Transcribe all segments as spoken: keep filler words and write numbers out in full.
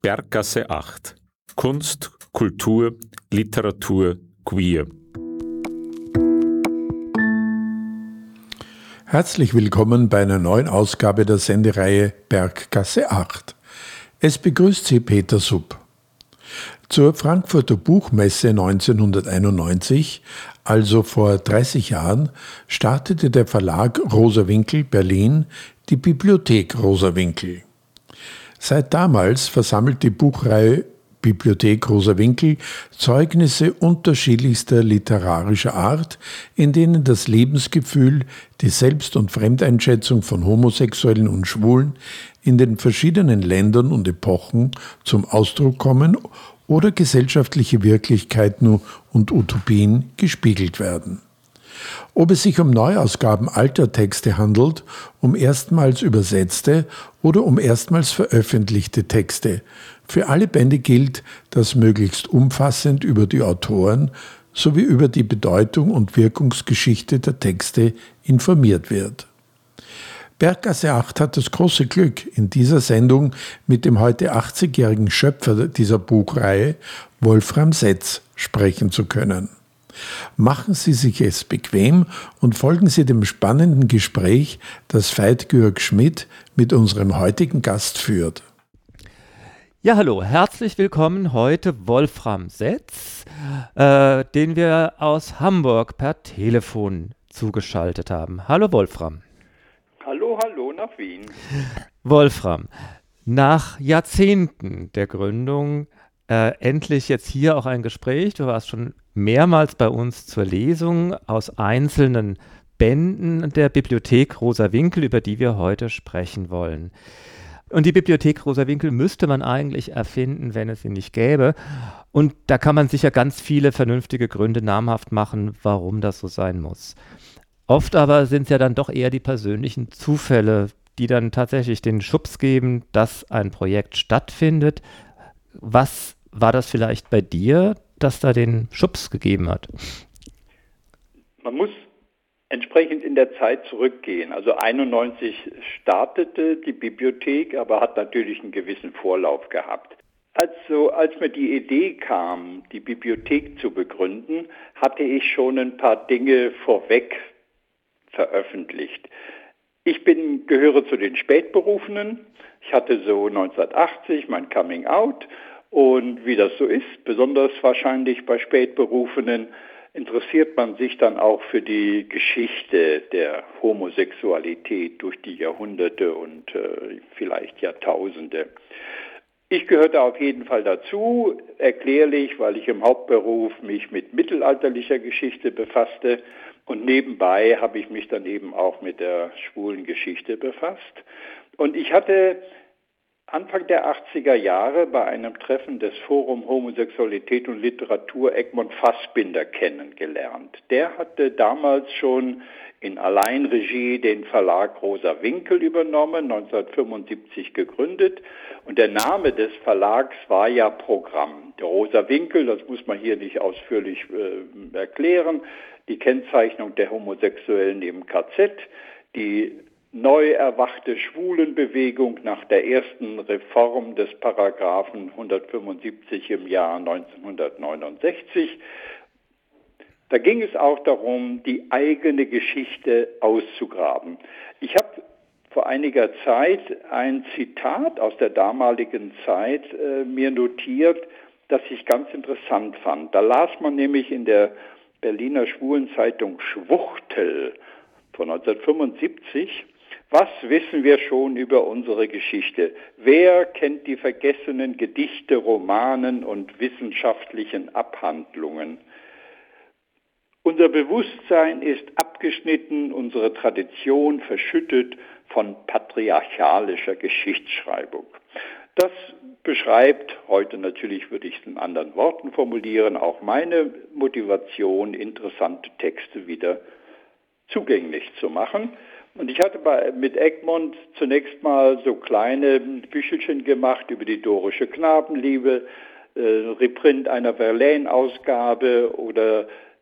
Berggasse acht. Kunst, Kultur, Literatur, Queer. Herzlich willkommen bei einer neuen Ausgabe der Sendereihe Berggasse acht. Es begrüßt Sie Peter Supp. Zur Frankfurter Buchmesse neunzehnhunderteinundneunzig, also vor dreißig Jahren, startete der Verlag Rosa Winkel Berlin die Bibliothek Rosa Winkel. Seit damals versammelt die Buchreihe Bibliothek Rosa Winkel Zeugnisse unterschiedlichster literarischer Art, in denen das Lebensgefühl, die Selbst- und Fremdeinschätzung von Homosexuellen und Schwulen in den verschiedenen Ländern und Epochen zum Ausdruck kommen oder gesellschaftliche Wirklichkeiten und Utopien gespiegelt werden. Ob es sich um Neuausgaben alter Texte handelt, um erstmals übersetzte oder um erstmals veröffentlichte Texte, für alle Bände gilt, dass möglichst umfassend über die Autoren sowie über die Bedeutung und Wirkungsgeschichte der Texte informiert wird. Berggasse acht hat das große Glück, in dieser Sendung mit dem heute achtzigjährigen Schöpfer dieser Buchreihe, Wolfram Setz, sprechen zu können. Machen Sie sich es bequem und folgen Sie dem spannenden Gespräch, das Veit-Georg Schmidt mit unserem heutigen Gast führt. Ja, hallo, herzlich willkommen heute Wolfram Setz, äh, den wir aus Hamburg per Telefon zugeschaltet haben. Hallo Wolfram. Hallo, hallo nach Wien. Wolfram, nach Jahrzehnten der Gründung äh, endlich jetzt hier auch ein Gespräch. Du warst schon mehrmals bei uns zur Lesung aus einzelnen Bänden der Bibliothek Rosa Winkel, über die wir heute sprechen wollen. Und die Bibliothek Rosa Winkel müsste man eigentlich erfinden, wenn es sie nicht gäbe. Und da kann man sicher ganz viele vernünftige Gründe namhaft machen, warum das so sein muss. Oft aber sind es ja dann doch eher die persönlichen Zufälle, die dann tatsächlich den Schubs geben, dass ein Projekt stattfindet. Was war das vielleicht bei dir, das da den Schubs gegeben hat? Man muss entsprechend in der Zeit zurückgehen. Also einundneunzig startete die Bibliothek, aber hat natürlich einen gewissen Vorlauf gehabt. Also als mir die Idee kam, die Bibliothek zu begründen, hatte ich schon ein paar Dinge vorweg veröffentlicht. Ich bin, gehöre zu den Spätberufenen. Ich hatte so neunzehnhundertachtzig mein Coming Out und wie das so ist, besonders wahrscheinlich bei Spätberufenen, interessiert man sich dann auch für die Geschichte der Homosexualität durch die Jahrhunderte und äh, vielleicht Jahrtausende. Ich gehörte auf jeden Fall dazu, erklärlich, weil ich im Hauptberuf mich mit mittelalterlicher Geschichte befasste. Und nebenbei habe ich mich dann eben auch mit der schwulen Geschichte befasst. Und ich hatte Anfang der achtziger Jahre bei einem Treffen des Forum Homosexualität und Literatur Egmont Fassbinder kennengelernt. Der hatte damals schon in Alleinregie den Verlag Rosa Winkel übernommen, neunzehnhundertfünfundsiebzig gegründet. Und der Name des Verlags war ja Programm. Der Rosa Winkel, das muss man hier nicht ausführlich äh, erklären, die Kennzeichnung der Homosexuellen im K Z, die neu erwachte Schwulenbewegung nach der ersten Reform des Paragraphen hundertfünfundsiebzig im Jahr neunzehnhundertneunundsechzig. Da ging es auch darum, die eigene Geschichte auszugraben. Ich habe vor einiger Zeit ein Zitat aus der damaligen Zeit äh, mir notiert, das ich ganz interessant fand. Da las man nämlich in der Berliner Schwulenzeitung Schwuchtel von neunzehnhundertfünfundsiebzig: Was wissen wir schon über unsere Geschichte? Wer kennt die vergessenen Gedichte, Romanen und wissenschaftlichen Abhandlungen? Unser Bewusstsein ist abgeschnitten, unsere Tradition verschüttet von patriarchalischer Geschichtsschreibung. Das beschreibt, heute natürlich würde ich es in anderen Worten formulieren, auch meine Motivation, interessante Texte wieder zugänglich zu machen. Und ich hatte bei, mit Egmont zunächst mal so kleine Büchelchen gemacht über die dorische Knabenliebe, äh, Reprint einer Verlaine-Ausgabe oder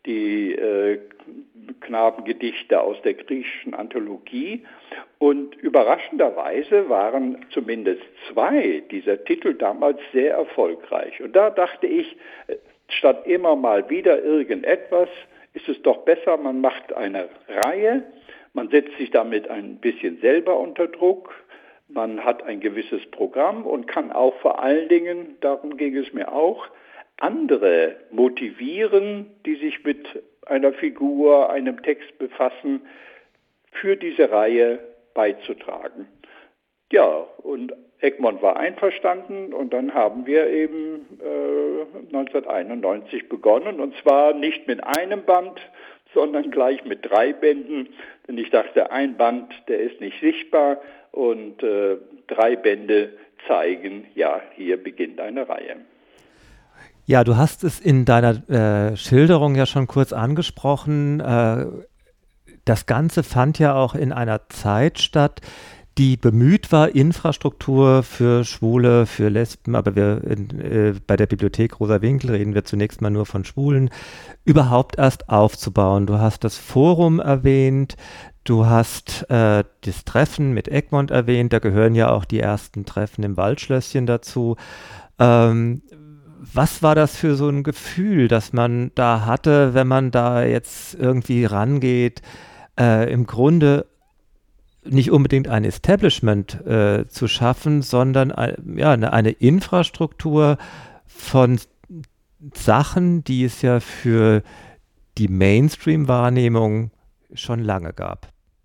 die äh, Knabengedichte aus der griechischen Anthologie. Und überraschenderweise waren zumindest zwei dieser Titel damals sehr erfolgreich. Und da dachte ich, statt immer mal wieder irgendetwas, ist es doch besser, man macht eine Reihe, man setzt sich damit ein bisschen selber unter Druck, man hat ein gewisses Programm und kann auch vor allen Dingen, darum ging es mir auch, andere motivieren, die sich mit einer Figur, einem Text befassen, für diese Reihe beizutragen. Ja, und Egmont war einverstanden und dann haben wir eben äh, neunzehnhunderteinundneunzig begonnen, und zwar nicht mit einem Band, sondern gleich mit drei Bänden, denn ich dachte, ein Band, der ist nicht sichtbar, und äh, drei Bände zeigen, ja, hier beginnt eine Reihe. Ja, du hast es in deiner äh, Schilderung ja schon kurz angesprochen. Äh, das Ganze fand ja auch in einer Zeit statt, die bemüht war, Infrastruktur für Schwule, für Lesben, aber wir in, äh, bei der Bibliothek Rosa Winkel reden wir zunächst mal nur von Schwulen, überhaupt erst aufzubauen. Du hast das Forum erwähnt, du hast äh, das Treffen mit Egmont erwähnt, da gehören ja auch die ersten Treffen im Waldschlösschen dazu. Ähm, Was war das für so ein Gefühl, das man da hatte, wenn man da jetzt irgendwie rangeht, äh, im Grunde nicht unbedingt ein Establishment äh, zu schaffen, sondern ein, ja, eine, eine Infrastruktur von Sachen, die es ja für die Mainstream-Wahrnehmung schon lange gab?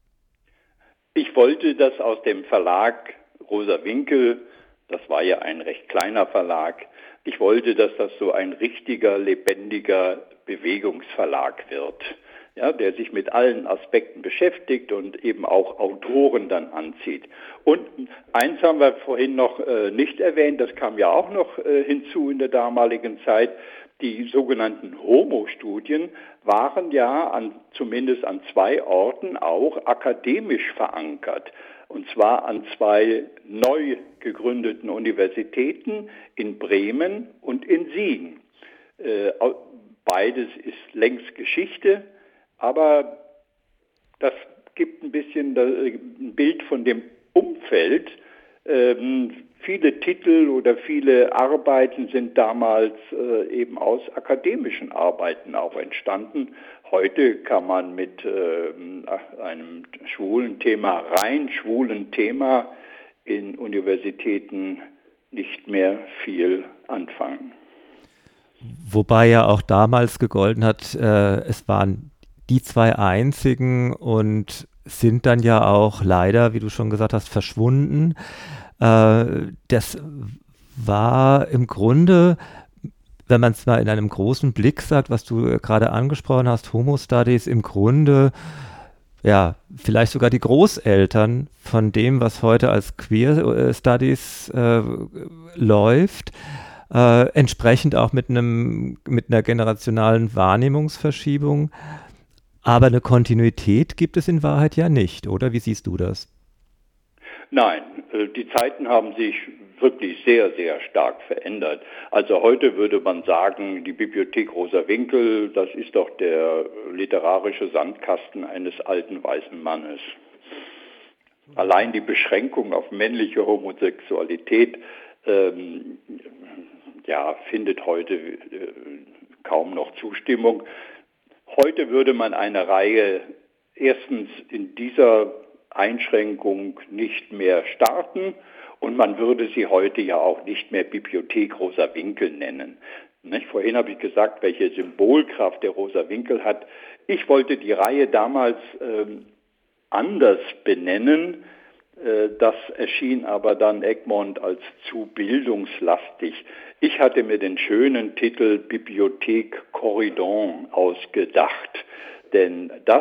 Ich wollte, dass aus dem Verlag Rosa Winkel, das war ja ein recht kleiner Verlag, ich wollte, dass das so ein richtiger, lebendiger Bewegungsverlag wird, ja, der sich mit allen Aspekten beschäftigt und eben auch Autoren dann anzieht. Und eins haben wir vorhin noch äh, nicht erwähnt, das kam ja auch noch äh, hinzu in der damaligen Zeit. Die sogenannten Homo-Studien waren ja an, zumindest an zwei Orten auch akademisch verankert. Und zwar an zwei neu gegründeten Universitäten in Bremen und in Siegen. Äh, beides ist längst Geschichte, aber das gibt ein bisschen ein Bild von dem Umfeld. Ähm, viele Titel oder viele Arbeiten sind damals äh, eben aus akademischen Arbeiten auch entstanden. Heute kann man mit äh, einem schwulen Thema, rein schwulen Thema in Universitäten nicht mehr viel anfangen. Wobei ja auch damals gegolten hat, äh, es waren die zwei einzigen und sind dann ja auch leider, wie du schon gesagt hast, verschwunden. Äh, das war im Grunde, wenn man es mal in einem großen Blick sagt, was du gerade angesprochen hast, Homo Studies, im Grunde, ja, vielleicht sogar die Großeltern von dem, was heute als Queer Studies äh, läuft, äh, entsprechend auch mit einem, mit einer generationalen Wahrnehmungsverschiebung. Aber eine Kontinuität gibt es in Wahrheit ja nicht, oder? Wie siehst du das? Nein, die Zeiten haben sich wirklich sehr, sehr stark verändert. Also heute würde man sagen, die Bibliothek Rosa Winkel, das ist doch der literarische Sandkasten eines alten weißen Mannes. Allein die Beschränkung auf männliche Homosexualität ähm, ja, findet heute äh, kaum noch Zustimmung. Heute würde man eine Reihe erstens in dieser Einschränkung nicht mehr starten und man würde sie heute ja auch nicht mehr Bibliothek Rosa Winkel nennen. Nicht? Vorhin habe ich gesagt, welche Symbolkraft der Rosa Winkel hat. Ich wollte die Reihe damals ähm, anders benennen. Äh, das erschien aber dann Egmont als zu bildungslastig. Ich hatte mir den schönen Titel Bibliothek Corydon ausgedacht, denn das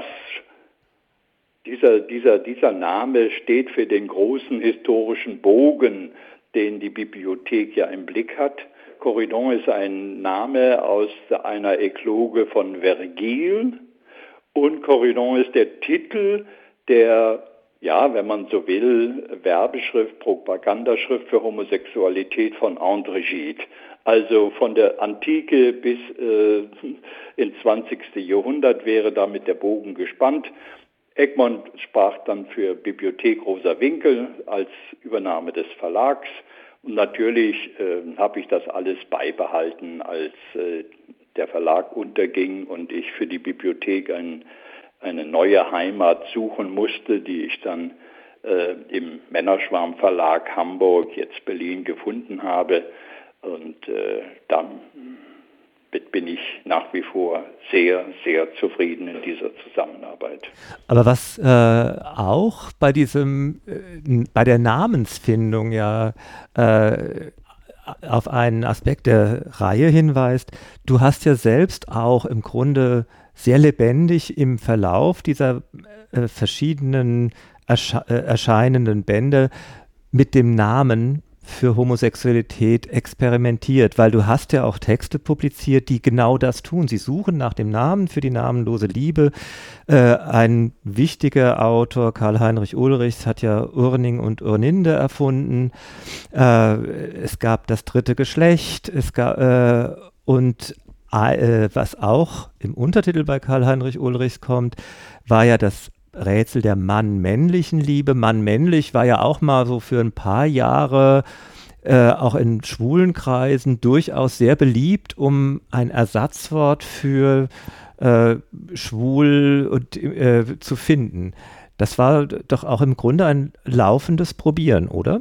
Dieser, dieser, dieser Name steht für den großen historischen Bogen, den die Bibliothek ja im Blick hat. Corydon ist ein Name aus einer Ekloge von Vergil und Corydon ist der Titel der ja, wenn man so will, Werbeschrift, Propagandaschrift für Homosexualität von André Gide. Also von der Antike bis äh, ins zwanzigste. Jahrhundert wäre damit der Bogen gespannt. Egmont sprach dann für Bibliothek Rosa Winkel als Übernahme des Verlags. Und natürlich äh, habe ich das alles beibehalten, als äh, der Verlag unterging und ich für die Bibliothek ein, eine neue Heimat suchen musste, die ich dann äh, im Männerschwarm Verlag Hamburg, jetzt Berlin, gefunden habe. Und äh, damit bin ich nach wie vor sehr, sehr zufrieden in dieser Zusammenarbeit. Aber was äh, auch bei diesem, äh, bei der Namensfindung ja äh, auf einen Aspekt der Reihe hinweist, du hast ja selbst auch im Grunde sehr lebendig im Verlauf dieser äh, verschiedenen ersche äh, erscheinenden Bände mit dem Namen für Homosexualität experimentiert, weil du hast ja auch Texte publiziert, die genau das tun. Sie suchen nach dem Namen für die namenlose Liebe. Äh, ein wichtiger Autor, Karl-Heinrich Ulrichs, hat ja Urning und Urninde erfunden. Äh, es gab das dritte Geschlecht. Es gab, äh, und äh, was auch im Untertitel bei Karl-Heinrich Ulrichs kommt, war ja das Rätsel der Mann-männlichen Liebe. Mann-männlich war ja auch mal so für ein paar Jahre äh, auch in schwulen Kreisen durchaus sehr beliebt, um ein Ersatzwort für äh, schwul und, äh, zu finden. Das war doch auch im Grunde ein laufendes Probieren, oder?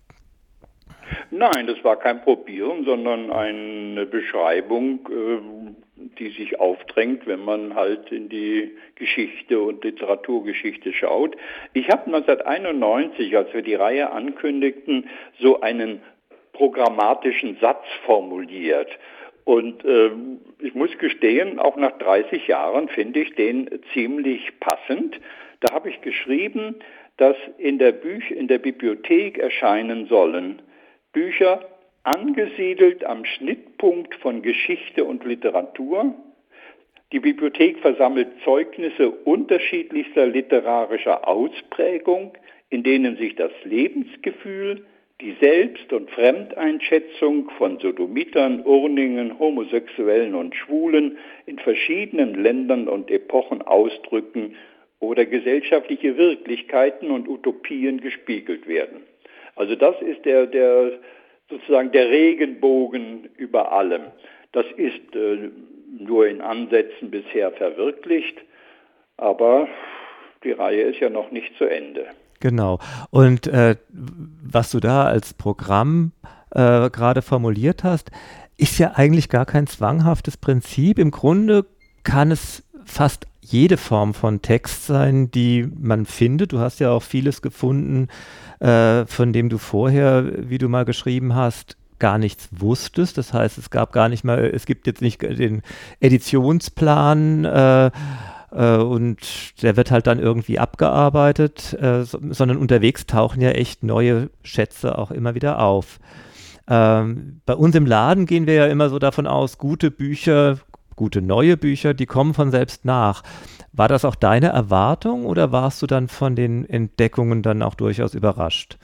Nein, das war kein Probieren, sondern eine Beschreibung, äh, die sich aufdrängt, wenn man halt in die Geschichte und Literaturgeschichte schaut. Ich habe neunzehnhunderteinundneunzig, als wir die Reihe ankündigten, so einen programmatischen Satz formuliert. Und äh, ich muss gestehen, auch nach dreißig Jahren finde ich den ziemlich passend. Da habe ich geschrieben, dass in der, Büch in der Bibliothek erscheinen sollen Bücher angesiedelt am Schnittpunkt von Geschichte und Literatur. Die Bibliothek versammelt Zeugnisse unterschiedlichster literarischer Ausprägung, in denen sich das Lebensgefühl, die Selbst- und Fremdeinschätzung von Sodomitern, Urningen, Homosexuellen und Schwulen in verschiedenen Ländern und Epochen ausdrücken oder gesellschaftliche Wirklichkeiten und Utopien gespiegelt werden. Also das ist der, der sozusagen der Regenbogen über allem. Das ist äh, nur in Ansätzen bisher verwirklicht, aber die Reihe ist ja noch nicht zu Ende. Genau. Und äh, was du da als Programm äh, gerade formuliert hast, ist ja eigentlich gar kein zwanghaftes Prinzip. Im Grunde kann es fast jede Form von Text sein, die man findet. Du hast ja auch vieles gefunden, äh, von dem du vorher, wie du mal geschrieben hast, gar nichts wusstest. Das heißt, es gab gar nicht mal, es gibt jetzt nicht den Editionsplan äh, äh, und der wird halt dann irgendwie abgearbeitet, äh, so, sondern unterwegs tauchen ja echt neue Schätze auch immer wieder auf. Ähm, bei uns im Laden gehen wir ja immer so davon aus, gute Bücher, gute neue Bücher, die kommen von selbst nach. War das auch deine Erwartung oder warst du dann von den Entdeckungen dann auch durchaus überrascht?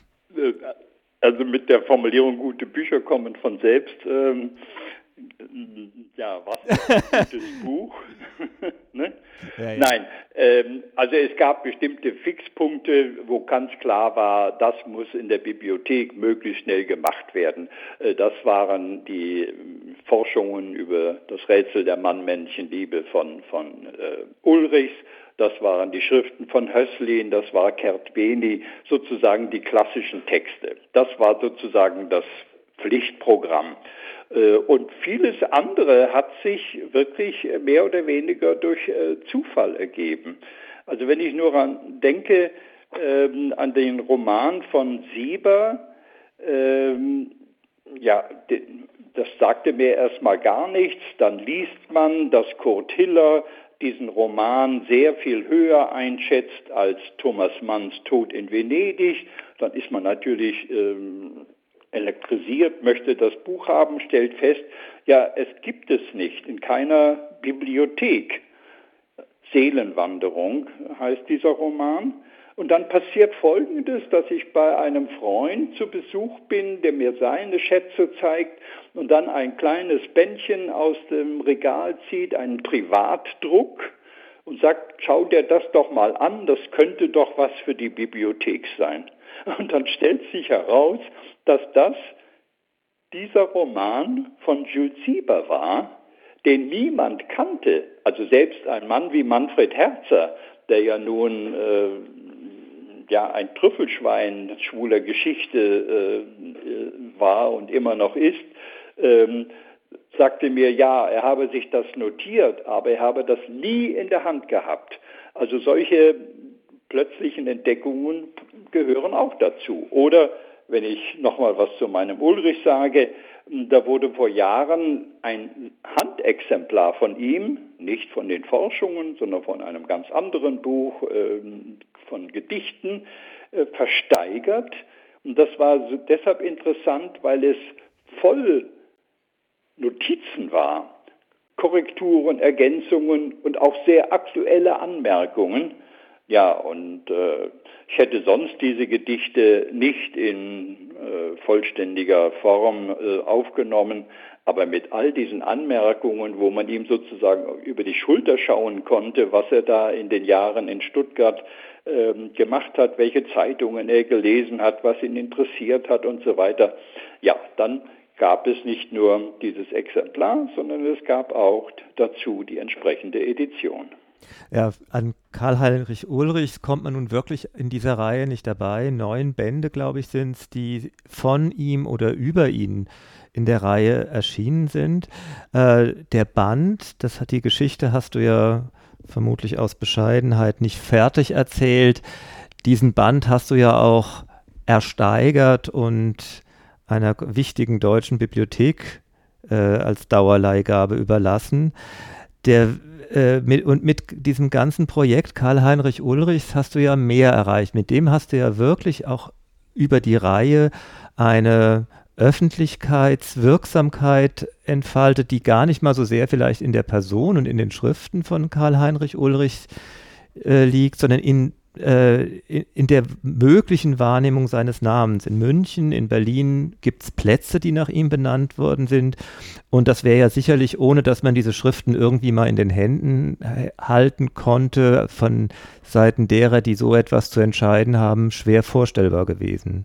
Also mit der Formulierung, gute Bücher kommen von selbst, ähm, ja, was ist ein gutes Buch? Ne? Ja, ja. Nein, ähm, also es gab bestimmte Fixpunkte, wo ganz klar war, das muss in der Bibliothek möglichst schnell gemacht werden. Äh, das waren die Forschungen über das Rätsel der Mann-Männchen-Liebe von, von äh, Ulrichs. Das waren die Schriften von Hösslin, das war Kurt Beny, sozusagen die klassischen Texte. Das war sozusagen das Pflichtprogramm. Und vieles andere hat sich wirklich mehr oder weniger durch Zufall ergeben. Also wenn ich nur an denke, ähm, an den Roman von Sieber, ähm, ja, das sagte mir erstmal gar nichts. Dann liest man, dass Kurt Hiller diesen Roman sehr viel höher einschätzt als Thomas Manns Tod in Venedig. Dann ist man natürlich ähm, elektrisiert, möchte das Buch haben, stellt fest, ja, es gibt es nicht in keiner Bibliothek. Seelenwanderung heißt dieser Roman. Und dann passiert Folgendes, dass ich bei einem Freund zu Besuch bin, der mir seine Schätze zeigt und dann ein kleines Bändchen aus dem Regal zieht, einen Privatdruck, und sagt, schau dir das doch mal an, das könnte doch was für die Bibliothek sein. Und dann stellt sich heraus, dass das dieser Roman von Jules Sieber war, den niemand kannte. Also selbst ein Mann wie Manfred Herzer, der ja nun äh, ja, ein Trüffelschwein schwuler Geschichte äh, war und immer noch ist, ähm, sagte mir, ja, er habe sich das notiert, aber er habe das nie in der Hand gehabt. Also solche plötzlichen Entdeckungen gehören auch dazu. Oder wenn ich nochmal was zu meinem Ulrich sage, da wurde vor Jahren ein Handexemplar von ihm, nicht von den Forschungen, sondern von einem ganz anderen Buch, äh, von Gedichten, äh, versteigert. Und das war so deshalb interessant, weil es voll Notizen war, Korrekturen, Ergänzungen und auch sehr aktuelle Anmerkungen. Ja, und äh, ich hätte sonst diese Gedichte nicht in äh, vollständiger Form äh, aufgenommen, aber mit all diesen Anmerkungen, wo man ihm sozusagen über die Schulter schauen konnte, was er da in den Jahren in Stuttgart äh, gemacht hat, welche Zeitungen er gelesen hat, was ihn interessiert hat und so weiter. Ja, dann gab es nicht nur dieses Exemplar, sondern es gab auch dazu die entsprechende Edition. Ja, an Karl-Heinrich Ulrichs kommt man nun wirklich in dieser Reihe nicht dabei. Neun Bände, glaube ich, sind es, die von ihm oder über ihn in der Reihe erschienen sind. Äh, der Band, das hat die Geschichte, hast du ja vermutlich aus Bescheidenheit nicht fertig erzählt. Diesen Band hast du ja auch ersteigert und einer wichtigen deutschen Bibliothek äh, als Dauerleihgabe überlassen. Der, äh, mit, und mit diesem ganzen Projekt Karl-Heinrich Ulrichs hast du ja mehr erreicht. Mit dem hast du ja wirklich auch über die Reihe eine Öffentlichkeitswirksamkeit entfaltet, die gar nicht mal so sehr vielleicht in der Person und in den Schriften von Karl-Heinrich Ulrichs äh, liegt, sondern in in der möglichen Wahrnehmung seines Namens. In München, in Berlin gibt es Plätze, die nach ihm benannt worden sind. Und das wäre ja sicherlich, ohne dass man diese Schriften irgendwie mal in den Händen halten konnte, von Seiten derer, die so etwas zu entscheiden haben, schwer vorstellbar gewesen.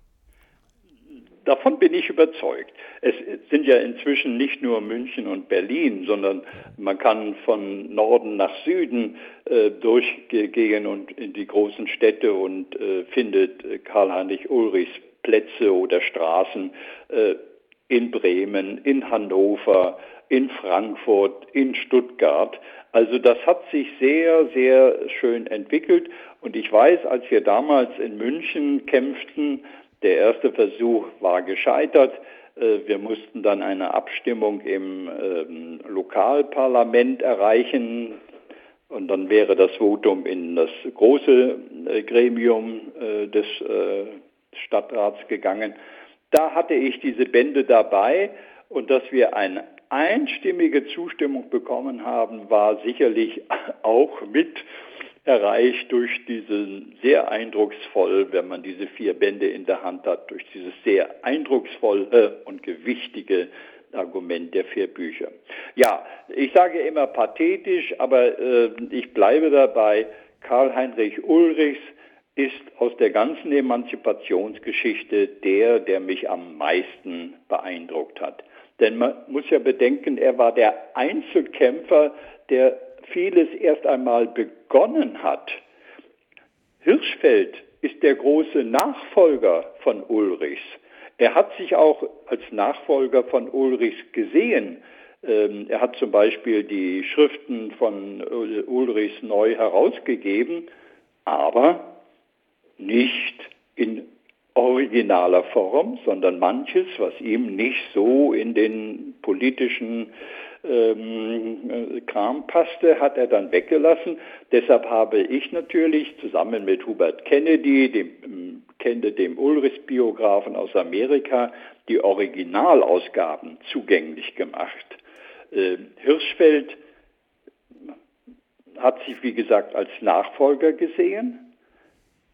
Davon bin ich überzeugt. Es sind ja inzwischen nicht nur München und Berlin, sondern man kann von Norden nach Süden äh, durchgehen und in die großen Städte und äh, findet äh, Karl-Heinrich Ulrichs Plätze oder Straßen äh, in Bremen, in Hannover, in Frankfurt, in Stuttgart. Also das hat sich sehr, sehr schön entwickelt. Und ich weiß, als wir damals in München kämpften, der erste Versuch war gescheitert. Wir mussten dann eine Abstimmung im ähm, Lokalparlament erreichen und dann wäre das Votum in das große äh, Gremium äh, des äh, Stadtrats gegangen. Da hatte ich diese Bände dabei und dass wir eine einstimmige Zustimmung bekommen haben, war sicherlich auch mit erreicht durch diesen sehr eindrucksvoll, wenn man diese vier Bände in der Hand hat, durch dieses sehr eindrucksvolle und gewichtige Argument der vier Bücher. Ja, ich sage immer pathetisch, aber äh, ich bleibe dabei, Karl-Heinrich Ulrichs ist aus der ganzen Emanzipationsgeschichte der, der mich am meisten beeindruckt hat. Denn man muss ja bedenken, er war der Einzelkämpfer, der vieles erst einmal begonnen hat. Hirschfeld ist der große Nachfolger von Ulrichs. Er hat sich auch als Nachfolger von Ulrichs gesehen. Ähm, er hat zum Beispiel die Schriften von Ulrichs neu herausgegeben, aber nicht in originaler Form, sondern manches, was ihm nicht so in den politischen ähm, Kram passte, hat er dann weggelassen. Deshalb habe ich natürlich zusammen mit Hubert Kennedy, dem, äh, dem Ulrichs-Biografen aus Amerika, die Originalausgaben zugänglich gemacht. Äh, Hirschfeld hat sich, wie gesagt, als Nachfolger gesehen.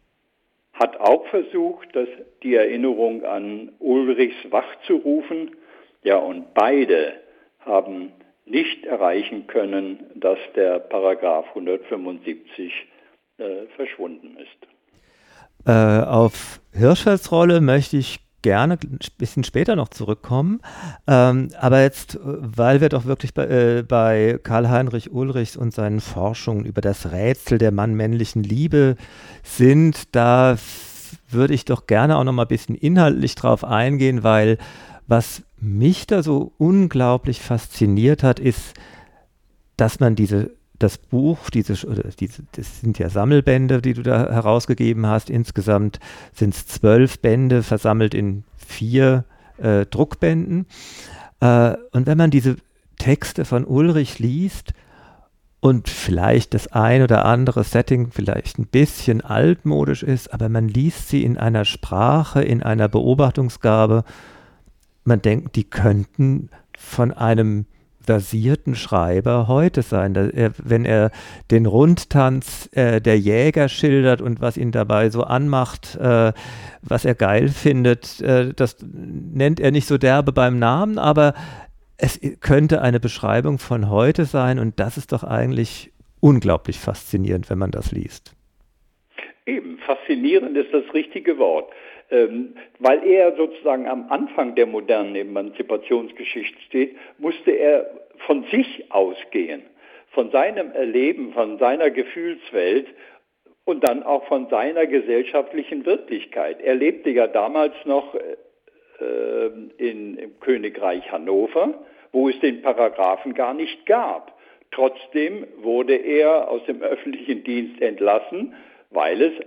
hat auch versucht, das, die Erinnerung an Ulrichs wachzurufen. Ja, und beide haben nicht erreichen können, dass der Paragraph hundertfünfundsiebzig äh, verschwunden ist. Äh, auf Hirschfelds Rolle möchte ich gerne ein bisschen später noch zurückkommen. Ähm, aber jetzt, weil wir doch wirklich bei, äh, bei Karl-Heinrich Ulrichs und seinen Forschungen über das Rätsel der mann-männlichen Liebe sind, da f- würde ich doch gerne auch noch mal ein bisschen inhaltlich drauf eingehen, weil was mich da so unglaublich fasziniert hat, ist, dass man diese das Buch, diese, oder diese, das sind ja Sammelbände, die du da herausgegeben hast. Insgesamt sind es zwölf Bände, versammelt in vier äh, Druckbänden. Äh, und wenn man diese Texte von Ulrich liest und vielleicht das ein oder andere Setting vielleicht ein bisschen altmodisch ist, aber man liest sie in einer Sprache, in einer Beobachtungsgabe, man denkt, die könnten von einem versierten Schreiber heute sein. Da, er, wenn er den Rundtanz äh, der Jäger schildert und was ihn dabei so anmacht, äh, was er geil findet, äh, das nennt er nicht so derbe beim Namen, aber es könnte eine Beschreibung von heute sein und das ist doch eigentlich unglaublich faszinierend, wenn man das liest. Eben, faszinierend ist das richtige Wort. Ähm, weil er sozusagen am Anfang der modernen Emanzipationsgeschichte steht, musste er von sich ausgehen, von seinem Erleben, von seiner Gefühlswelt und dann auch von seiner gesellschaftlichen Wirklichkeit. Er lebte ja damals noch äh, in, im Königreich Hannover, wo es den Paragraphen gar nicht gab. Trotzdem wurde er aus dem öffentlichen Dienst entlassen, weil es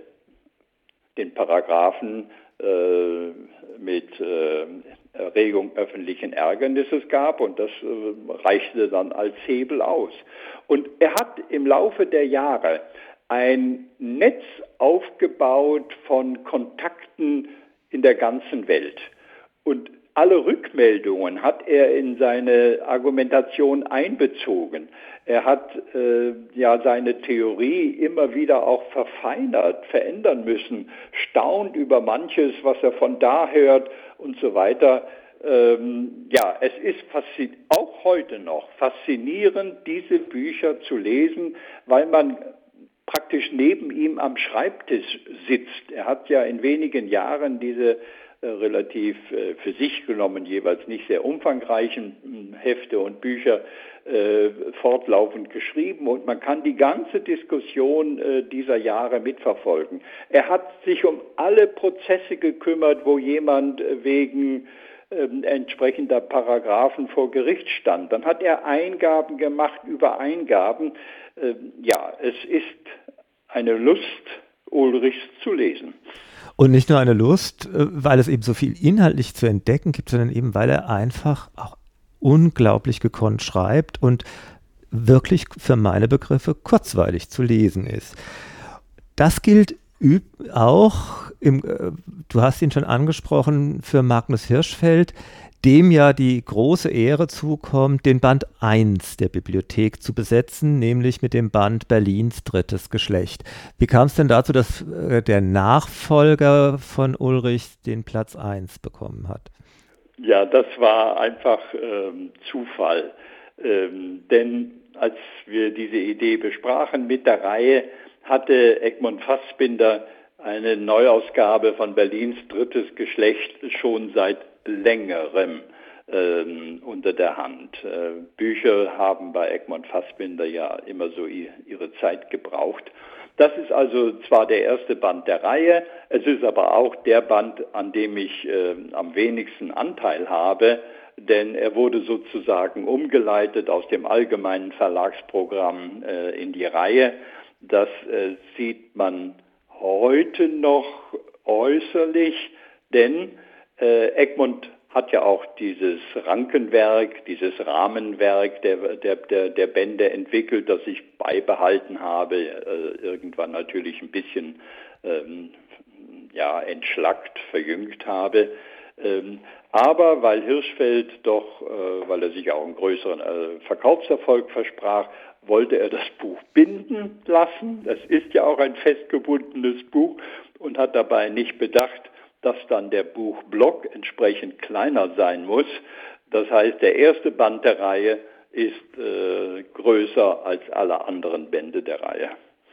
den Paragraphen äh, mit äh, Erregung öffentlichen Ärgernisses gab und das äh, reichte dann als Hebel aus. Und er hat im Laufe der Jahre ein Netz aufgebaut von Kontakten in der ganzen Welt. Und alle Rückmeldungen hat er in seine Argumentation einbezogen. Er hat äh, ja seine Theorie immer wieder auch verfeinert, verändern müssen, staunt über manches, was er von da hört und so weiter. Ähm, ja, es ist auch heute noch faszinierend, diese Bücher zu lesen, weil man praktisch neben ihm am Schreibtisch sitzt. Er hat ja in wenigen Jahren diese äh, relativ äh, für sich genommen jeweils nicht sehr umfangreichen mh, Hefte und Bücher äh, fortlaufend geschrieben und man kann die ganze Diskussion äh, dieser Jahre mitverfolgen. Er hat sich um alle Prozesse gekümmert, wo jemand äh, wegen äh, entsprechender Paragraphen vor Gericht stand. Dann hat er Eingaben gemacht über Eingaben. Äh, ja, es ist eine Lust, Ulrichs zu lesen. Und nicht nur eine Lust, weil es eben so viel inhaltlich zu entdecken gibt, sondern eben, weil er einfach auch unglaublich gekonnt schreibt und wirklich für meine Begriffe kurzweilig zu lesen ist. Das gilt auch, im, du hast ihn schon angesprochen, für Magnus Hirschfeld, dem ja die große Ehre zukommt, den Band eins der Bibliothek zu besetzen, nämlich mit dem Band Berlins drittes Geschlecht. Wie kam es denn dazu, dass äh, der Nachfolger von Ulrich den Platz eins bekommen hat? Ja, das war einfach ähm, Zufall. Ähm, denn als wir diese Idee besprachen mit der Reihe, hatte Egmont Fassbinder eine Neuausgabe von Berlins drittes Geschlecht schon seit längerem ähm, unter der Hand. Äh, Bücher haben bei Egmont Fassbinder ja immer so ihre Zeit gebraucht. Das ist also zwar der erste Band der Reihe, es ist aber auch der Band, an dem ich äh, am wenigsten Anteil habe, denn er wurde sozusagen umgeleitet aus dem allgemeinen Verlagsprogramm äh, in die Reihe. Das äh, sieht man heute noch äußerlich, denn äh, Egmont hat ja auch dieses Rankenwerk, dieses Rahmenwerk der, der, der, der Bände entwickelt, das ich beibehalten habe, äh, irgendwann natürlich ein bisschen ähm, ja, entschlackt, verjüngt habe. Ähm, aber weil Hirschfeld doch, äh, weil er sich auch einen größeren äh, Verkaufserfolg versprach, wollte er das Buch binden lassen. Das ist ja auch ein festgebundenes Buch. und hat dabei nicht bedacht, dass dann der Buchblock entsprechend kleiner sein muss. Das heißt, der erste Band der Reihe ist äh, größer als alle anderen Bände der Reihe.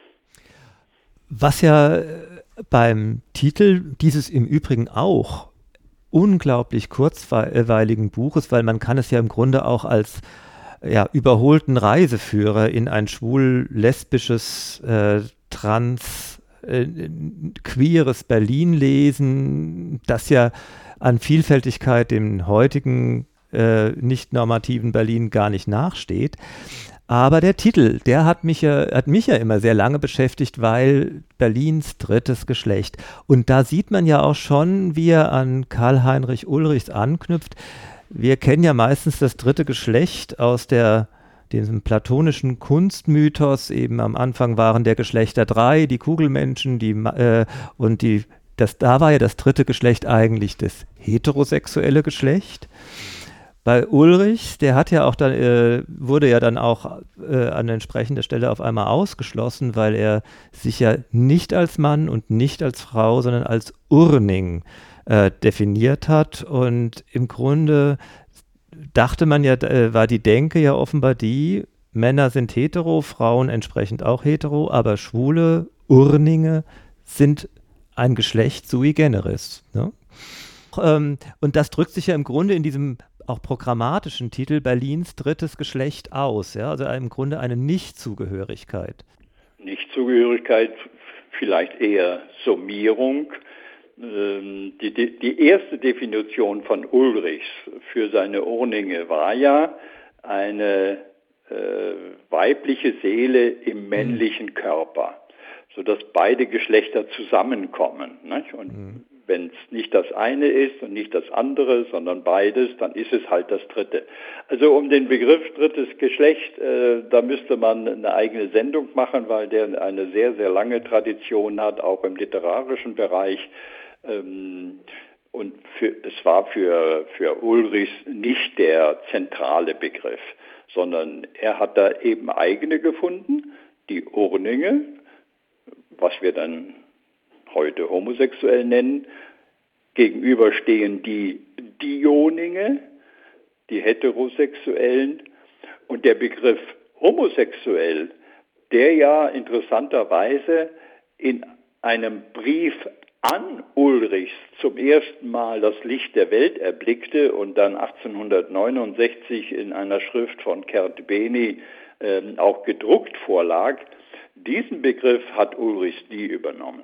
Was ja beim Titel dieses im Übrigen auch unglaublich kurzweiligen Buches, weil man kann es ja im Grunde auch als ja, überholten Reiseführer in ein schwul-lesbisches, äh, trans, äh, queeres Berlin lesen, das ja an Vielfältigkeit dem heutigen äh, nicht normativen Berlin gar nicht nachsteht. Aber der Titel, der hat mich ja, hat mich ja immer sehr lange beschäftigt, weil Berlins drittes Geschlecht. Und da sieht man ja auch schon, wie er an Karl-Heinrich Ulrichs anknüpft. Wir kennen ja meistens das dritte Geschlecht aus der, diesem platonischen Kunstmythos. Eben am Anfang waren der Geschlechter drei, die Kugelmenschen, die äh, und die, das, da war ja das dritte Geschlecht eigentlich das heterosexuelle Geschlecht. Bei Ulrichs, der hat ja auch dann, äh, wurde ja dann auch äh, an entsprechender Stelle auf einmal ausgeschlossen, weil er sich ja nicht als Mann und nicht als Frau, sondern als Urning äh, definiert hat. Und im Grunde dachte man ja, äh, war die Denke ja offenbar die, Männer sind hetero, Frauen entsprechend auch hetero, aber schwule Urninge sind ein Geschlecht sui generis. Ne? Ähm, und das drückt sich ja im Grunde in diesem auch programmatischen Titel Berlins drittes Geschlecht aus, ja, also im Grunde eine Nichtzugehörigkeit. Nichtzugehörigkeit, vielleicht eher Summierung. Die, die, die erste Definition von Ulrichs für seine Urninge war ja eine äh, weibliche Seele im männlichen mhm. Körper, sodass beide Geschlechter zusammenkommen. Nicht? Und mhm. wenn es nicht das eine ist und nicht das andere, sondern beides, dann ist es halt das dritte. Also um den Begriff drittes Geschlecht, äh, da müsste man eine eigene Sendung machen, weil der eine sehr, sehr lange Tradition hat, auch im literarischen Bereich. Ähm, und für, es war für, für Ulrichs nicht der zentrale Begriff, sondern er hat da eben eigene gefunden, die Urninge, was wir dann heute homosexuell nennen. Gegenüber stehen die Dioninge, die Heterosexuellen, und der Begriff homosexuell, der ja interessanterweise in einem Brief an Ulrichs zum ersten Mal das Licht der Welt erblickte und dann achtzehnhundertneunundsechzig in einer Schrift von Kert Beny äh, auch gedruckt vorlag. Diesen Begriff hat Ulrichs nie übernommen.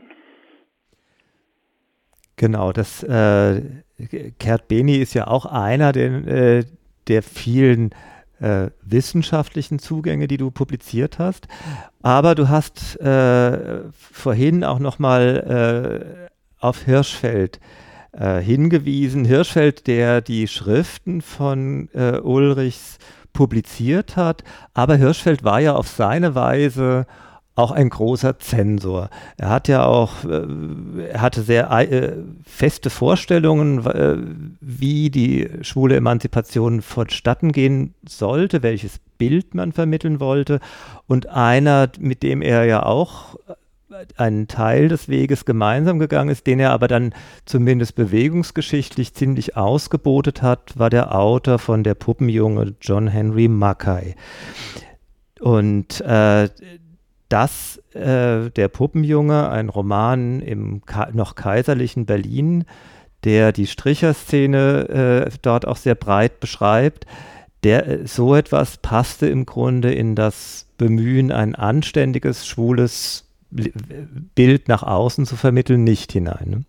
Genau, das äh, Kert Beny ist ja auch einer der, äh, der vielen äh, wissenschaftlichen Zugänge, die du publiziert hast. Aber du hast äh, vorhin auch nochmal äh, auf Hirschfeld äh, hingewiesen. Hirschfeld, der die Schriften von äh, Ulrichs publiziert hat. Aber Hirschfeld war ja auf seine Weise auch ein großer Zensor. Er hat ja auch, äh, er hatte sehr äh, feste Vorstellungen, äh, wie die schwule Emanzipation vonstatten gehen sollte, welches Bild man vermitteln wollte. Und einer, mit dem er ja auch einen Teil des Weges gemeinsam gegangen ist, den er aber dann zumindest bewegungsgeschichtlich ziemlich ausgebotet hat, war der Autor von Der Puppenjunge, John Henry Mackay. Und äh, dass äh, Der Puppenjunge, ein Roman im Ka- noch kaiserlichen Berlin, der die Stricherszene äh, dort auch sehr breit beschreibt, der äh, so etwas passte im Grunde in das Bemühen, ein anständiges, schwules Bild nach außen zu vermitteln, nicht hinein. Ne?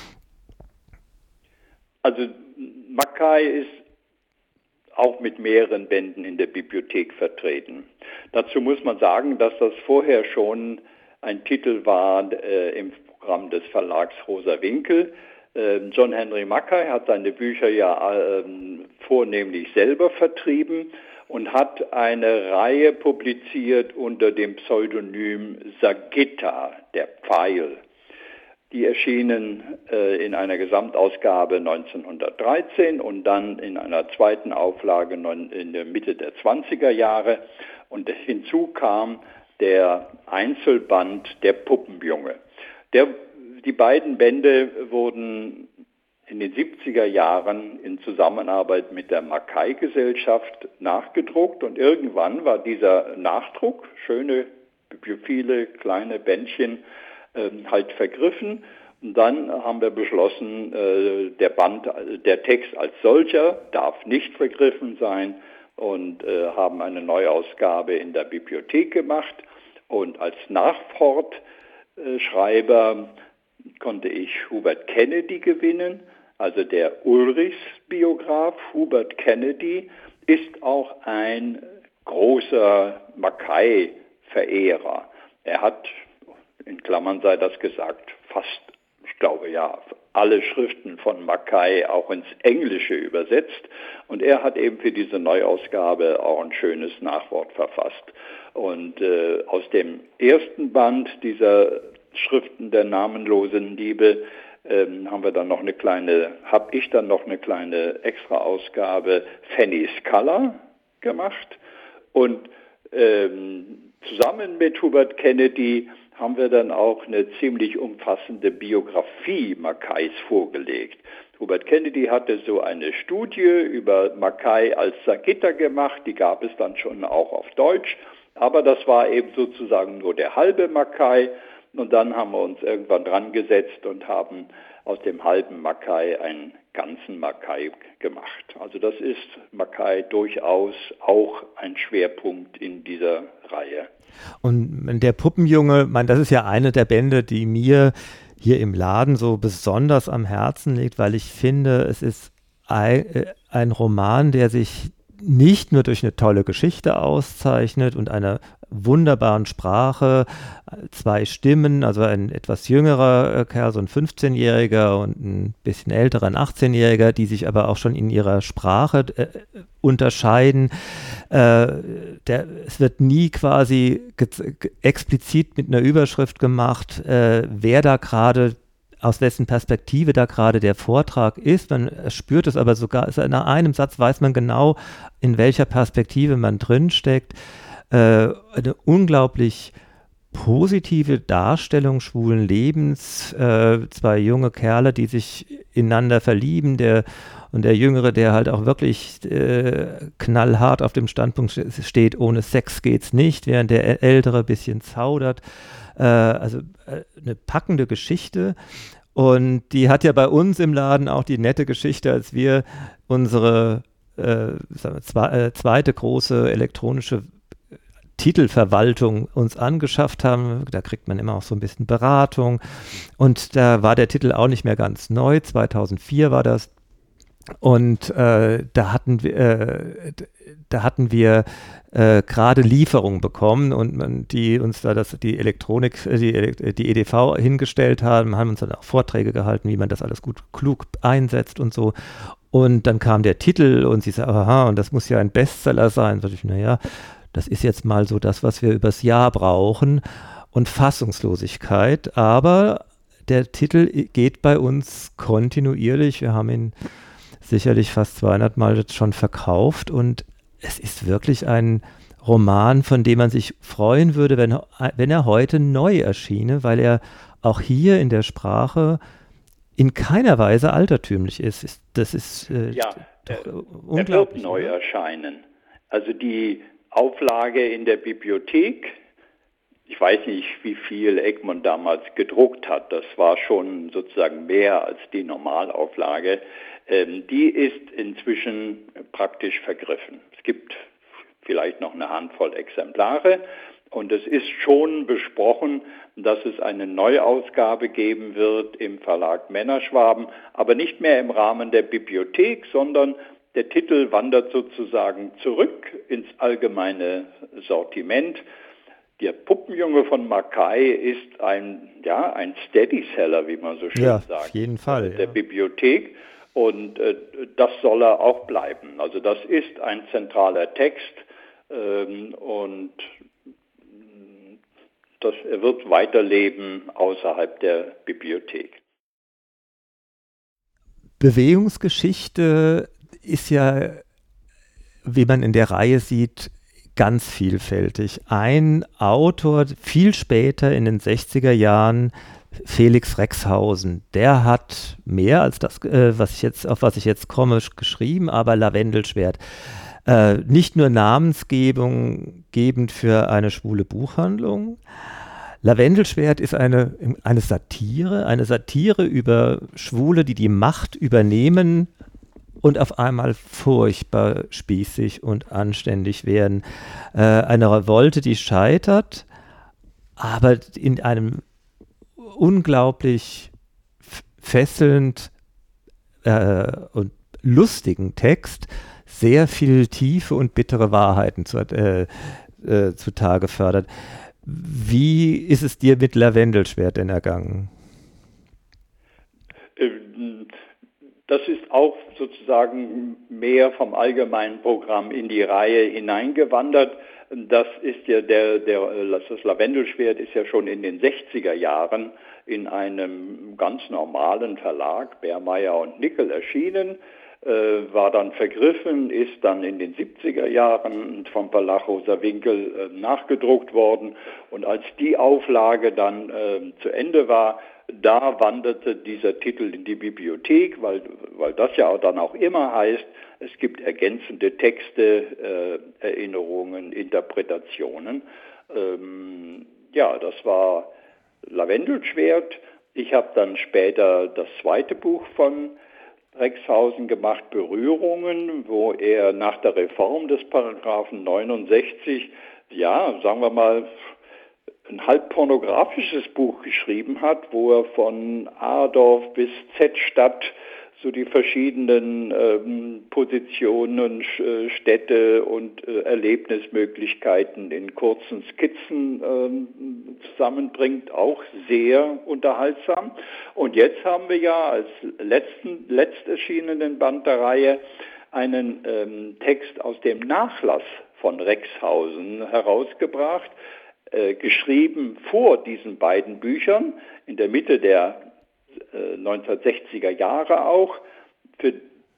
Also Mackay ist auch mit mehreren Bänden in der Bibliothek vertreten. Dazu muss man sagen, dass das vorher schon ein Titel war äh, im Programm des Verlags Rosa Winkel. Äh, John Henry Mackay hat seine Bücher ja äh, vornehmlich selber vertrieben und hat eine Reihe publiziert unter dem Pseudonym Sagitta, der Pfeil. Die erschienen äh, in einer Gesamtausgabe neunzehnhundertdreizehn und dann in einer zweiten Auflage neun, in der Mitte der zwanziger Jahre. Und hinzu kam der Einzelband Der Puppenjunge. Der, die beiden Bände wurden in den siebziger Jahren in Zusammenarbeit mit der Mackay-Gesellschaft nachgedruckt und irgendwann war dieser Nachdruck, schöne, viele kleine Bändchen, äh, halt vergriffen. Und dann haben wir beschlossen, äh, der Band, der Text als solcher darf nicht vergriffen sein und äh, haben eine Neuausgabe in der Bibliothek gemacht. Und als Nachfortschreiber konnte ich Hubert Kennedy gewinnen. Also der Ulrichs-Biograf Hubert Kennedy ist auch ein großer Mackay-Verehrer. Er hat, in Klammern sei das gesagt, fast, ich glaube ja, alle Schriften von Mackay auch ins Englische übersetzt. Und er hat eben für diese Neuausgabe auch ein schönes Nachwort verfasst. Und äh, aus dem ersten Band dieser Schriften der namenlosen Liebe ähm, haben wir dann noch eine kleine, habe ich dann noch eine kleine Extra-Ausgabe Fanny's Color gemacht. Und ähm, zusammen mit Hubert Kennedy haben wir dann auch eine ziemlich umfassende Biografie Mackays vorgelegt. Hubert Kennedy hatte so eine Studie über Mackay als Sagitter gemacht, die gab es dann schon auch auf Deutsch, aber das war eben sozusagen nur der halbe Mackay. Und dann haben wir uns irgendwann dran gesetzt und haben aus dem halben Mackay einen ganzen Mackay gemacht. Also das ist Mackay durchaus auch ein Schwerpunkt in dieser Reihe. Und der Puppenjunge, mein, das ist ja eine der Bände, die mir hier im Laden so besonders am Herzen liegt, weil ich finde, es ist ein, ein Roman, der sich nicht nur durch eine tolle Geschichte auszeichnet und einer wunderbaren Sprache, zwei Stimmen, also ein etwas jüngerer Kerl, so ein fünfzehnjähriger und ein bisschen älterer, ein achtzehnjähriger, die sich aber auch schon in ihrer Sprache äh, unterscheiden. Äh, der, es wird nie quasi explizit mit einer Überschrift gemacht, äh, wer da gerade aus wessen Perspektive da gerade der Vortrag ist. Man spürt es aber sogar, also in einem Satz weiß man genau, in welcher Perspektive man drinsteckt. Äh, eine unglaublich positive Darstellung schwulen Lebens. Äh, zwei junge Kerle, die sich ineinander verlieben, der und der Jüngere, der halt auch wirklich äh, knallhart auf dem Standpunkt steht, ohne Sex geht's nicht, während der Ältere ein bisschen zaudert. Äh, also äh, eine packende Geschichte. Und die hat ja bei uns im Laden auch die nette Geschichte, als wir unsere äh, sagen wir, zwe äh, zweite große elektronische Titelverwaltung uns angeschafft haben. Da kriegt man immer auch so ein bisschen Beratung. Und da war der Titel auch nicht mehr ganz neu. zweitausendvier war das. Und äh, da hatten wir, äh, da hatten wir äh, gerade Lieferung bekommen und man, die uns da das, die Elektronik, die, die E D V hingestellt haben, haben uns dann auch Vorträge gehalten, wie man das alles gut klug einsetzt und so. Und dann kam der Titel und sie sagte, aha, und das muss ja ein Bestseller sein. Da dachte ich, naja, das ist jetzt mal so das, was wir übers Jahr brauchen und Fassungslosigkeit. Aber der Titel geht bei uns kontinuierlich. Wir haben ihn sicherlich fast zweihundert Mal jetzt schon verkauft und es ist wirklich ein Roman, von dem man sich freuen würde, wenn, wenn er heute neu erschiene, weil er auch hier in der Sprache in keiner Weise altertümlich ist. Das ist äh, ja, doch äh, unglaublich. Er wird neu erscheinen. Also die Auflage in der Bibliothek, ich weiß nicht, wie viel Egmont damals gedruckt hat, das war schon sozusagen mehr als die Normalauflage, ähm, die ist inzwischen praktisch vergriffen. Es gibt vielleicht noch eine Handvoll Exemplare und es ist schon besprochen, dass es eine Neuausgabe geben wird im Verlag Männerschwaben, aber nicht mehr im Rahmen der Bibliothek, sondern der Titel wandert sozusagen zurück ins allgemeine Sortiment. Der Puppenjunge von Mackay ist ein, ja, ein Steady-Seller, wie man so schön ja, sagt, auf jeden Fall, der ja. Bibliothek. Und äh, das soll er auch bleiben. Also das ist ein zentraler Text ähm, und das, er wird weiterleben außerhalb der Bibliothek. Bewegungsgeschichte ist ja, wie man in der Reihe sieht, ganz vielfältig. Ein Autor viel später in den sechziger Jahren Felix Rexhausen, der hat mehr als das, äh, was ich jetzt, auf was ich jetzt komme, geschrieben, aber Lavendelschwert. Äh, nicht nur Namensgebung gebend für eine schwule Buchhandlung. Lavendelschwert ist eine, eine Satire, eine Satire über Schwule, die die Macht übernehmen und auf einmal furchtbar spießig und anständig werden. Äh, eine Revolte, die scheitert, aber in einem unglaublich fesselnd äh, und lustigen Text sehr viel tiefe und bittere Wahrheiten zu, äh, äh, zutage fördert. Wie ist es dir mit Lavendelschwert denn ergangen? Das ist auch sozusagen mehr vom allgemeinen Programm in die Reihe hineingewandert. Das ist ja der, der, das Lavendelschwert ist ja schon in den sechziger Jahren in einem ganz normalen Verlag, Bermeyer und Nickel, erschienen, äh, war dann vergriffen, ist dann in den siebziger Jahren vom Verlag Rosa Winkel äh, nachgedruckt worden, und als die Auflage dann äh, zu Ende war, da wanderte dieser Titel in die Bibliothek, weil, weil das ja auch dann auch immer heißt, es gibt ergänzende Texte, äh, Erinnerungen, Interpretationen. Ähm, ja, das war Lavendelschwert. Ich habe dann später das zweite Buch von Rexhausen gemacht, Berührungen, wo er nach der Reform des Paragraphen neunundsechzig, ja, sagen wir mal, ein halb pornografisches Buch geschrieben hat, wo er von A-Dorf bis Z-Stadt so die verschiedenen ähm, Positionen, äh, Städte und äh, Erlebnismöglichkeiten in kurzen Skizzen ähm, zusammenbringt, auch sehr unterhaltsam. Und jetzt haben wir ja als letzten, letzt erschienenen Band der Reihe einen ähm, Text aus dem Nachlass von Rexhausen herausgebracht, äh, geschrieben vor diesen beiden Büchern, in der Mitte der neunzehnhundertsechziger Jahre auch, für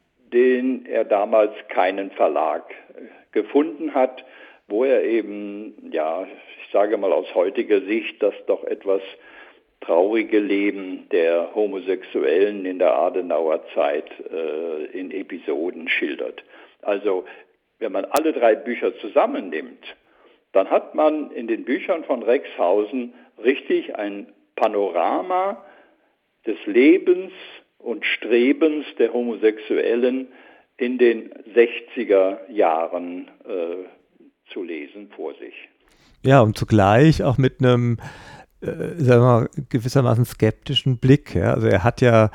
den er damals keinen Verlag gefunden hat, wo er eben, ja, ich sage mal aus heutiger Sicht, das doch etwas traurige Leben der Homosexuellen in der Adenauer Zeit äh, in Episoden schildert. Also, wenn man alle drei Bücher zusammennimmt, dann hat man in den Büchern von Rexhausen richtig ein Panorama des Lebens und Strebens der Homosexuellen in den sechziger Jahren äh, zu lesen vor sich. Ja, und zugleich auch mit einem, äh, sagen wir mal, gewissermaßen skeptischen Blick. Ja? Also er hat ja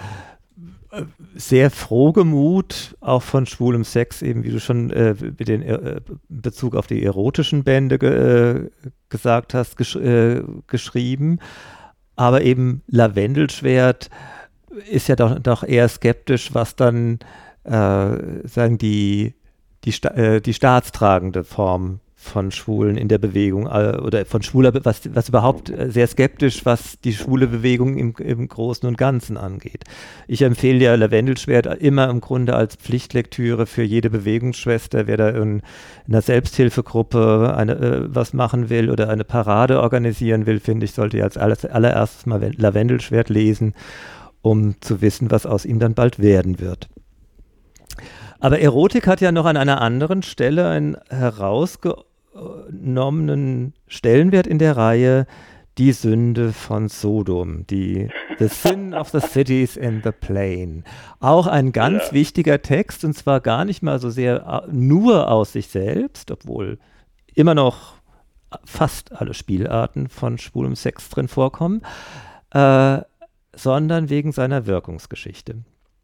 sehr frohgemut auch von schwulem Sex, eben wie du schon äh, mit den äh, Bezug auf die erotischen Bände ge, äh, gesagt hast, gesch äh, geschrieben. Aber eben Lavendelschwert ist ja doch, doch eher skeptisch, was dann äh, sagen die, die, Sta äh, die staatstragende Form von Schwulen in der Bewegung äh, oder von schwuler, was, was überhaupt äh, sehr skeptisch, was die schwule Bewegung im, im Großen und Ganzen angeht. Ich empfehle ja Lavendelschwert immer im Grunde als Pflichtlektüre für jede Bewegungsschwester, wer da in, in einer Selbsthilfegruppe eine, äh, was machen will oder eine Parade organisieren will, finde ich, sollte ja als alles, allererstes mal Lavendelschwert lesen, um zu wissen, was aus ihm dann bald werden wird. Aber Erotik hat ja noch an einer anderen Stelle einen herausgenommenen Stellenwert in der Reihe, die Sünde von Sodom, die The Sin of the Cities in the Plain. Auch ein ganz ja. wichtiger Text, und zwar gar nicht mal so sehr nur aus sich selbst, obwohl immer noch fast alle Spielarten von schwulem Sex drin vorkommen, äh, sondern wegen seiner Wirkungsgeschichte.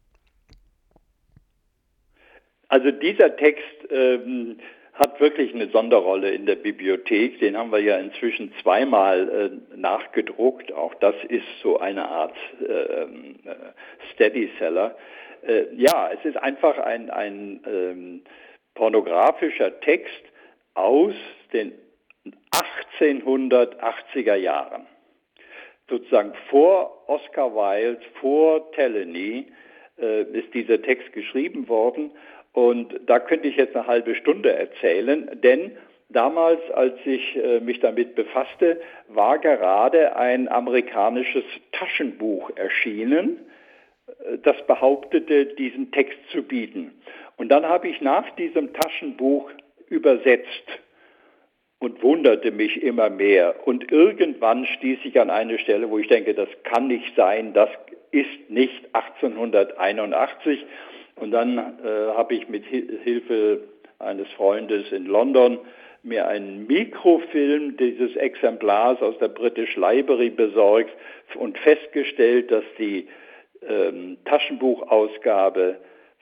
Also dieser Text ähm, hat wirklich eine Sonderrolle in der Bibliothek. Den haben wir ja inzwischen zweimal äh, nachgedruckt. Auch das ist so eine Art äh, Steady-Seller. Äh, ja, es ist einfach ein, ein ähm, pornografischer Text aus den achtzehnhundertachtziger Jahren. Sozusagen vor Oscar Wilde, vor Teleney äh, ist dieser Text geschrieben worden. Und da könnte ich jetzt eine halbe Stunde erzählen, denn Damals, als ich äh, mich damit befasste, war gerade ein amerikanisches Taschenbuch erschienen, äh, das behauptete, diesen Text zu bieten. Und dann habe ich nach diesem Taschenbuch übersetzt und wunderte mich immer mehr. Und irgendwann stieß ich an eine Stelle, wo ich denke, das kann nicht sein, das ist nicht achtzehnhunderteinundachtzig. Und dann äh, habe ich mit Hilfe eines Freundes in London mir einen Mikrofilm dieses Exemplars aus der British Library besorgt und festgestellt, dass die ähm, Taschenbuchausgabe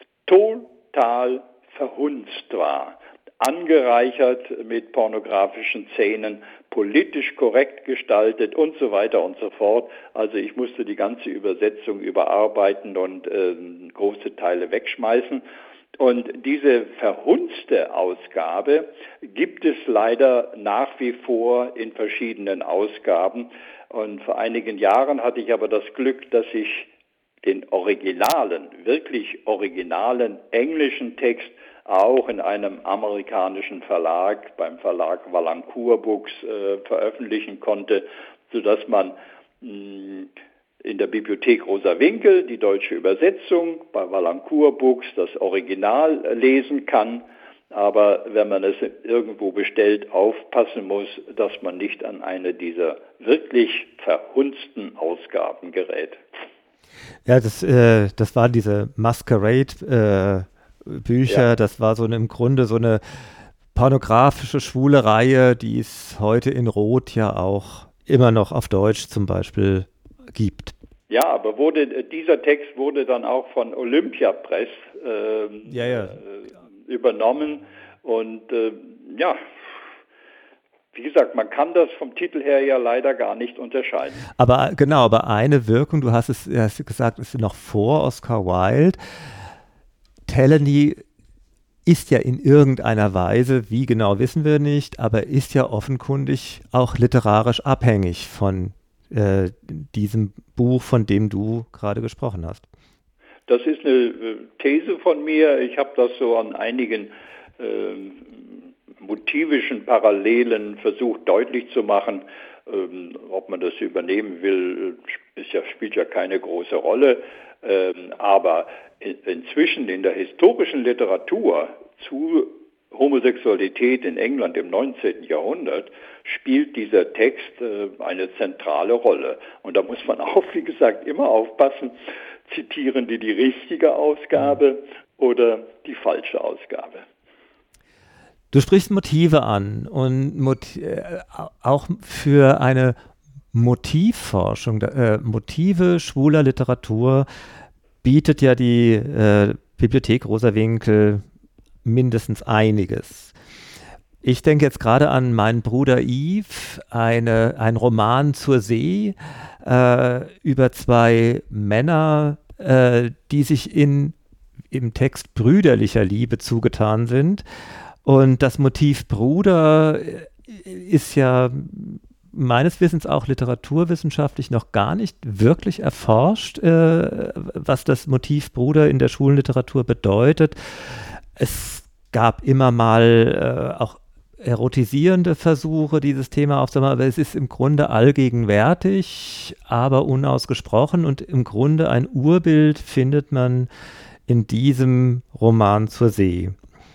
total verhunzt war, angereichert mit pornografischen Szenen, politisch korrekt gestaltet und so weiter und so fort. Also ich musste die ganze Übersetzung überarbeiten und äh, große Teile wegschmeißen. Und diese verhunzte Ausgabe gibt es leider nach wie vor in verschiedenen Ausgaben. Und vor einigen Jahren hatte ich aber das Glück, dass ich den originalen, wirklich originalen englischen Text auch in einem amerikanischen Verlag, beim Verlag Valancourt Books, äh, veröffentlichen konnte, sodass man mh, in der Bibliothek Rosa Winkel die deutsche Übersetzung, bei Valancourt Books das Original lesen kann. Aber wenn man es irgendwo bestellt, aufpassen muss, dass man nicht an eine dieser wirklich verhunzten Ausgaben gerät. Ja, das, äh, das waren diese Masquerade äh, Bücher, ja. Das war so eine, im Grunde so eine pornografische, schwule Reihe, die es heute in Rot ja auch immer noch auf Deutsch zum Beispiel gibt. Ja, aber wurde dieser Text wurde dann auch von Olympia Press äh, ja, ja. Äh, übernommen und äh, ja, wie gesagt, man kann das vom Titel her ja leider gar nicht unterscheiden. Aber genau, aber eine Wirkung, du hast es hast gesagt, ist noch vor Oscar Wilde. Trelawney ist ja in irgendeiner Weise, wie genau wissen wir nicht, aber ist ja offenkundig auch literarisch abhängig von äh, diesem Buch, von dem du gerade gesprochen hast. Das ist eine These von mir. Ich habe das so an einigen äh, motivischen Parallelen versucht deutlich zu machen. Ähm, ob man das übernehmen will, ist ja, spielt ja keine große Rolle. Ähm, aber in, inzwischen in der historischen Literatur zu Homosexualität in England im neunzehnten Jahrhundert spielt dieser Text äh, eine zentrale Rolle. Und da muss man auch, wie gesagt, immer aufpassen, zitieren die die richtige Ausgabe oder die falsche Ausgabe. Du sprichst Motive an und Mot- äh, auch für eine Motivforschung, äh, Motive schwuler Literatur bietet ja die äh, Bibliothek Rosa Winkel mindestens einiges. Ich denke jetzt gerade an Mein Bruder Yves, eine, ein Roman zur See äh, über zwei Männer, äh, die sich in, im Text brüderlicher Liebe zugetan sind. Und das Motiv Bruder ist ja meines Wissens auch literaturwissenschaftlich noch gar nicht wirklich erforscht, äh, was das Motiv Bruder in der Schulliteratur bedeutet. Es gab immer mal äh, auch erotisierende Versuche, dieses Thema aufzumachen, aber es ist im Grunde allgegenwärtig, aber unausgesprochen und im Grunde ein Urbild findet man in diesem Roman zur See.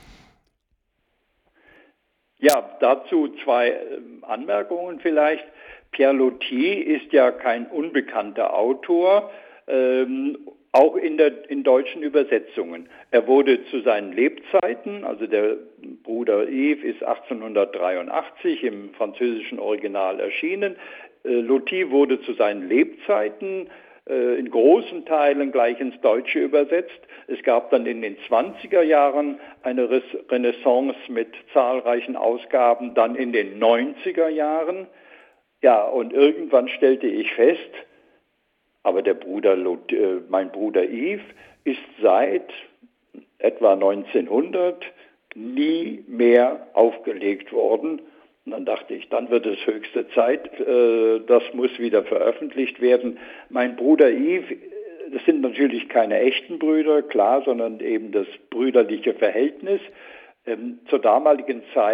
Ja, dazu zwei äh, Anmerkungen vielleicht. Pierre Loti ist ja kein unbekannter Autor, ähm, auch in, der, in deutschen Übersetzungen. Er wurde zu seinen Lebzeiten, also der Bruder Yves ist achtzehnhundertdreiundachtzig im französischen Original erschienen. Äh, Loti wurde zu seinen Lebzeiten äh, in großen Teilen gleich ins Deutsche übersetzt. Es gab dann in den zwanziger Jahren eine Renaissance mit zahlreichen Ausgaben, dann in den neunziger Jahren. Ja, und irgendwann stellte ich fest, aber der Bruder, äh, mein Bruder Yves ist seit etwa neunzehnhundert nie mehr aufgelegt worden. Und dann dachte ich, dann wird es höchste Zeit, äh, das muss wieder veröffentlicht werden. Mein Bruder Yves, das sind natürlich keine echten Brüder, klar, sondern eben das brüderliche Verhältnis. Ähm, zur damaligen Zeit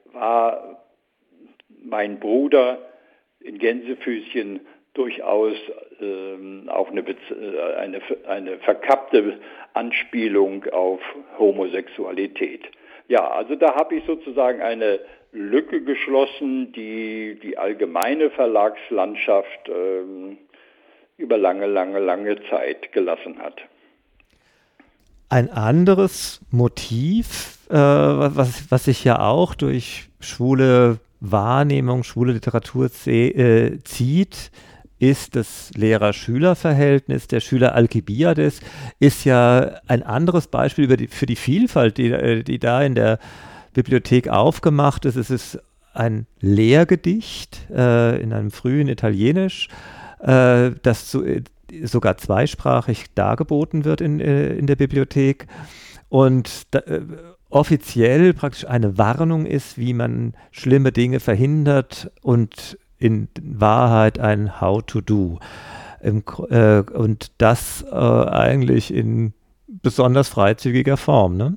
war mein Bruder in Gänsefüßchen durchaus äh, auch eine, eine, eine verkappte Anspielung auf Homosexualität. Ja, also da habe ich sozusagen eine Lücke geschlossen, die die allgemeine Verlagslandschaft äh, über lange, lange, lange Zeit gelassen hat. Ein anderes Motiv, äh, was, was sich ja auch durch schwule Wahrnehmung, schwule Literatur äh, zieht, ist das Lehrer-Schüler-Verhältnis. Der Schüler Alkibiades ist ja ein anderes Beispiel über die, für die Vielfalt, die, die da in der Bibliothek aufgemacht ist. Es ist ein Lehrgedicht äh, in einem frühen Italienisch, äh, das so, sogar zweisprachig dargeboten wird in, äh, in der Bibliothek und da, äh, offiziell praktisch eine Warnung ist, wie man schlimme Dinge verhindert und in Wahrheit ein How to Do. Im, äh, und das äh, eigentlich in besonders freizügiger Form, ne?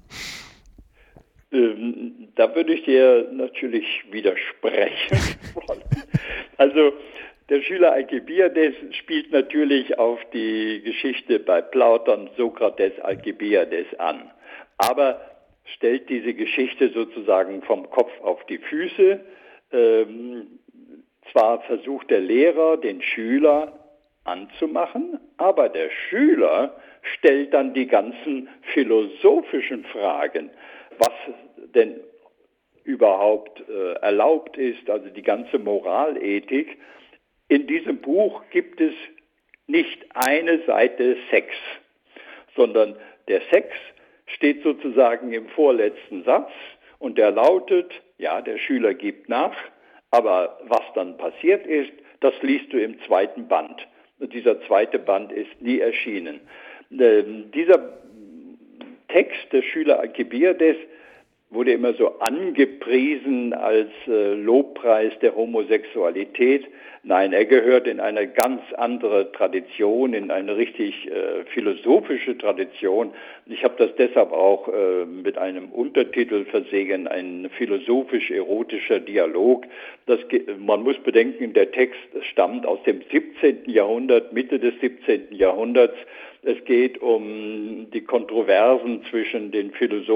Ähm, da würde ich dir natürlich widersprechen wollen. Also der Schüler Alkibiades spielt natürlich auf die Geschichte bei Platon, Sokrates, Alkibiades an, aber stellt diese Geschichte sozusagen vom Kopf auf die Füße. Ähm, zwar versucht der Lehrer, den Schüler anzumachen, aber der Schüler stellt dann die ganzen philosophischen Fragen, was denn überhaupt äh, erlaubt ist, also die ganze Moralethik. In diesem Buch gibt es nicht eine Seite Sex, sondern der Sex steht sozusagen im vorletzten Satz und der lautet, ja, der Schüler gibt nach, aber was dann passiert ist, das liest du im zweiten Band. Und dieser zweite Band ist nie erschienen. Ähm, dieser Text des Schüler Alkibiades wurde immer so angepriesen als äh, Lobpreis der Homosexualität. Nein, er gehört in eine ganz andere Tradition, in eine richtig äh, philosophische Tradition. Ich habe das deshalb auch äh, mit einem Untertitel versehen, ein philosophisch-erotischer Dialog. Das, man muss bedenken, der Text stammt aus dem siebzehnten Jahrhundert, Mitte des siebzehnten Jahrhunderts. Es geht um die Kontroversen zwischen den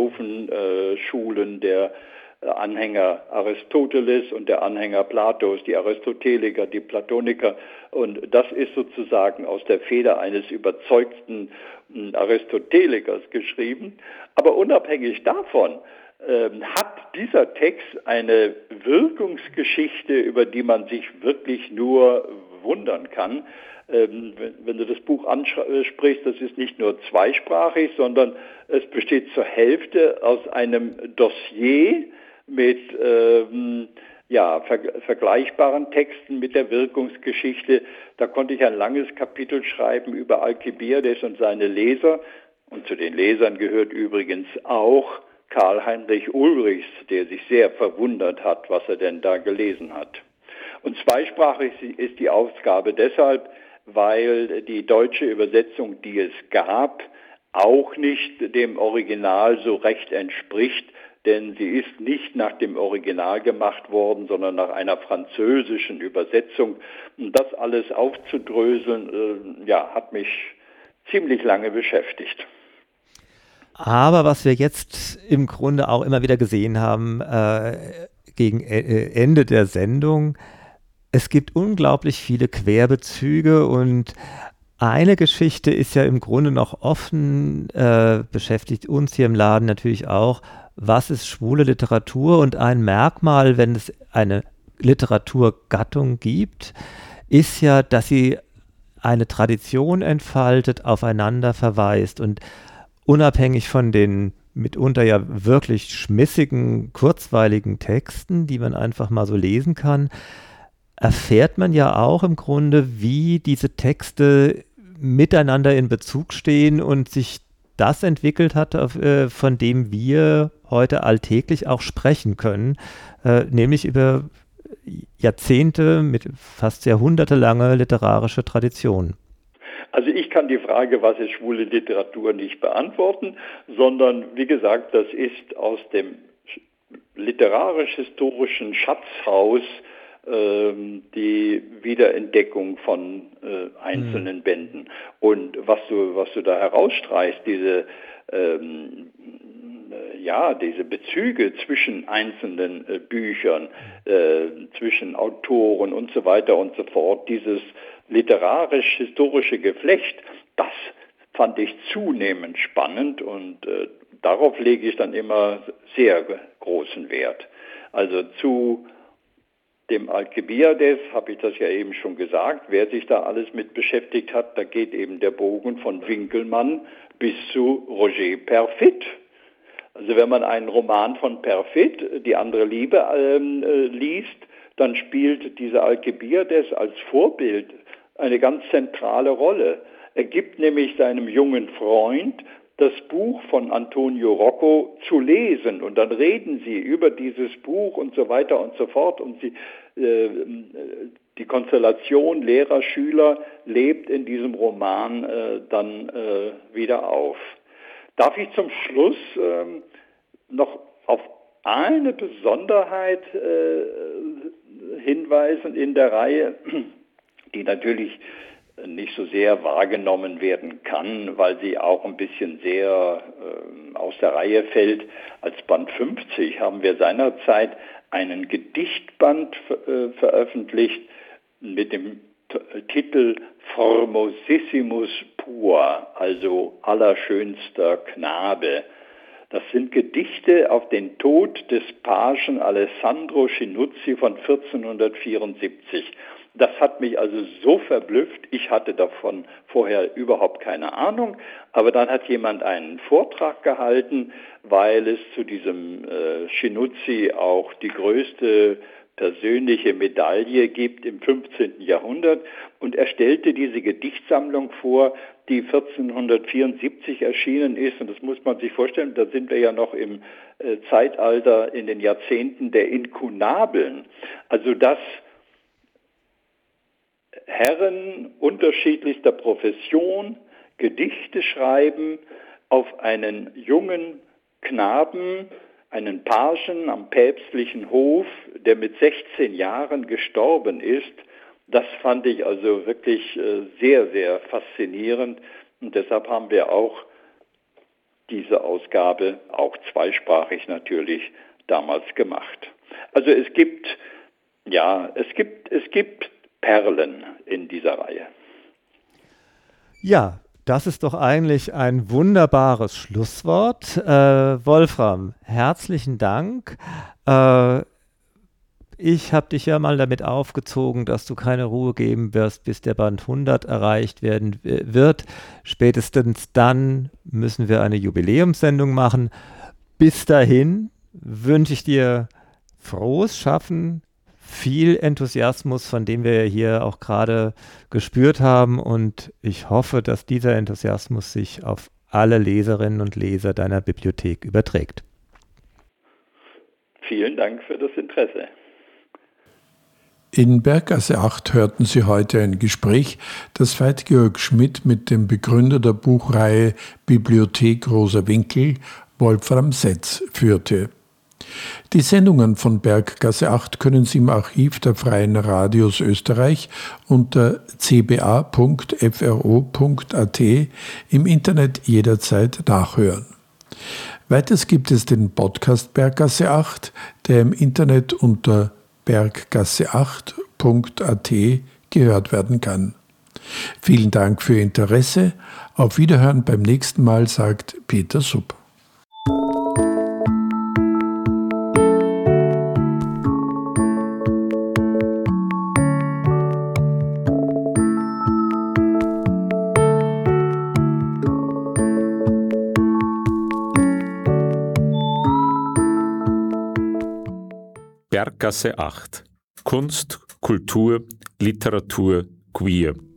Philosophenschulen der Anhänger Aristoteles und der Anhänger Platos, die Aristoteliker, die Platoniker. Und das ist sozusagen aus der Feder eines überzeugten Aristotelikers geschrieben. Aber unabhängig davon äh, hat dieser Text eine Wirkungsgeschichte, über die man sich wirklich nur wundern kann. Ähm, wenn, wenn du das Buch ansprichst, das ist nicht nur zweisprachig, sondern es besteht zur Hälfte aus einem Dossier mit ähm, ja, ver vergleichbaren Texten mit der Wirkungsgeschichte. Da konnte ich ein langes Kapitel schreiben über Alkibiades und seine Leser. Und zu den Lesern gehört übrigens auch Karl-Heinrich Ulrichs, der sich sehr verwundert hat, was er denn da gelesen hat. Und zweisprachig ist die Ausgabe deshalb, weil die deutsche Übersetzung, die es gab, auch nicht dem Original so recht entspricht, denn sie ist nicht nach dem Original gemacht worden, sondern nach einer französischen Übersetzung. Und das alles aufzudröseln, äh, ja, hat mich ziemlich lange beschäftigt. Aber was wir jetzt im Grunde auch immer wieder gesehen haben, äh, gegen äh, Ende der Sendung, es gibt unglaublich viele Querbezüge und eine Geschichte ist ja im Grunde noch offen, äh, beschäftigt uns hier im Laden natürlich auch, was ist schwule Literatur? Und ein Merkmal, wenn es eine Literaturgattung gibt, ist ja, dass sie eine Tradition entfaltet, aufeinander verweist und unabhängig von den mitunter ja wirklich schmissigen, kurzweiligen Texten, die man einfach mal so lesen kann, erfährt man ja auch im Grunde, wie diese Texte miteinander in Bezug stehen und sich das entwickelt hat, auf, äh, von dem wir heute alltäglich auch sprechen können, äh, nämlich über Jahrzehnte mit fast jahrhundertelange literarische Tradition. Also ich kann die Frage, was ist schwule Literatur, nicht beantworten, sondern wie gesagt, das ist aus dem literarisch-historischen Schatzhaus ähm, die Wiederentdeckung von äh, einzelnen mhm. Bänden. Und was du, was du da herausstreichst, diese ähm, ja, diese Bezüge zwischen einzelnen äh, Büchern, äh, zwischen Autoren und so weiter und so fort, dieses literarisch-historische Geflecht, das fand ich zunehmend spannend und äh, darauf lege ich dann immer sehr großen Wert. Also zu dem Alkibiades habe ich das ja eben schon gesagt, wer sich da alles mit beschäftigt hat, da geht eben der Bogen von Winckelmann bis zu Roger Perfit. Also wenn man einen Roman von Perfit, Die andere Liebe, ähm, äh, liest, dann spielt dieser Alkibiades als Vorbild eine ganz zentrale Rolle. Er gibt nämlich seinem jungen Freund das Buch von Antonio Rocco zu lesen und dann reden sie über dieses Buch und so weiter und so fort und sie, äh, die Konstellation Lehrer-Schüler lebt in diesem Roman äh, dann äh, wieder auf. Darf ich zum Schluss ähm, noch auf eine Besonderheit äh, hinweisen in der Reihe, die natürlich nicht so sehr wahrgenommen werden kann, weil sie auch ein bisschen sehr äh, aus der Reihe fällt. Als Band fünfzig haben wir seinerzeit einen Gedichtband äh, veröffentlicht mit dem T- Titel Formosissimus pur, also allerschönster Knabe. Das sind Gedichte auf den Tod des Pagen Alessandro Cinuzzi von vierzehnhundertvierundsiebzig. Das hat mich also so verblüfft, ich hatte davon vorher überhaupt keine Ahnung, aber dann hat jemand einen Vortrag gehalten, weil es zu diesem äh, Cinuzzi auch die größte persönliche Medaille gibt im fünfzehnten Jahrhundert und er stellte diese Gedichtsammlung vor, die vierzehnhundertvierundsiebzig erschienen ist und das muss man sich vorstellen, da sind wir ja noch im äh, Zeitalter in den Jahrzehnten der Inkunabeln, also das Herren unterschiedlichster Profession Gedichte schreiben auf einen jungen Knaben, einen Pagen am päpstlichen Hof, der mit sechzehn Jahren gestorben ist. Das fand ich also wirklich sehr, sehr faszinierend und deshalb haben wir auch diese Ausgabe, auch zweisprachig natürlich, damals gemacht. Also es gibt, ja, es gibt, es gibt Perlen in dieser Reihe. Ja, das ist doch eigentlich ein wunderbares Schlusswort. Äh, Wolfram, herzlichen Dank. Äh, ich habe dich ja mal damit aufgezogen, dass du keine Ruhe geben wirst, bis der Band hundert erreicht werden wird. Spätestens dann müssen wir eine Jubiläumssendung machen. Bis dahin wünsche ich dir frohes Schaffen, viel Enthusiasmus, von dem wir hier auch gerade gespürt haben und ich hoffe, dass dieser Enthusiasmus sich auf alle Leserinnen und Leser deiner Bibliothek überträgt. Vielen Dank für das Interesse. In Berggasse acht hörten Sie heute ein Gespräch, das Veit-Georg Schmidt mit dem Begründer der Buchreihe Bibliothek Rosa Winkel, Wolfram Setz, führte. Die Sendungen von Berggasse acht können Sie im Archiv der Freien Radios Österreich unter c b a punkt f r o punkt a t im Internet jederzeit nachhören. Weiters gibt es den Podcast Berggasse acht, der im Internet unter berggasse acht punkt a t gehört werden kann. Vielen Dank für Ihr Interesse. Auf Wiederhören beim nächsten Mal, sagt Peter Supp. Berggasse acht. Kunst, Kultur, Literatur, Queer.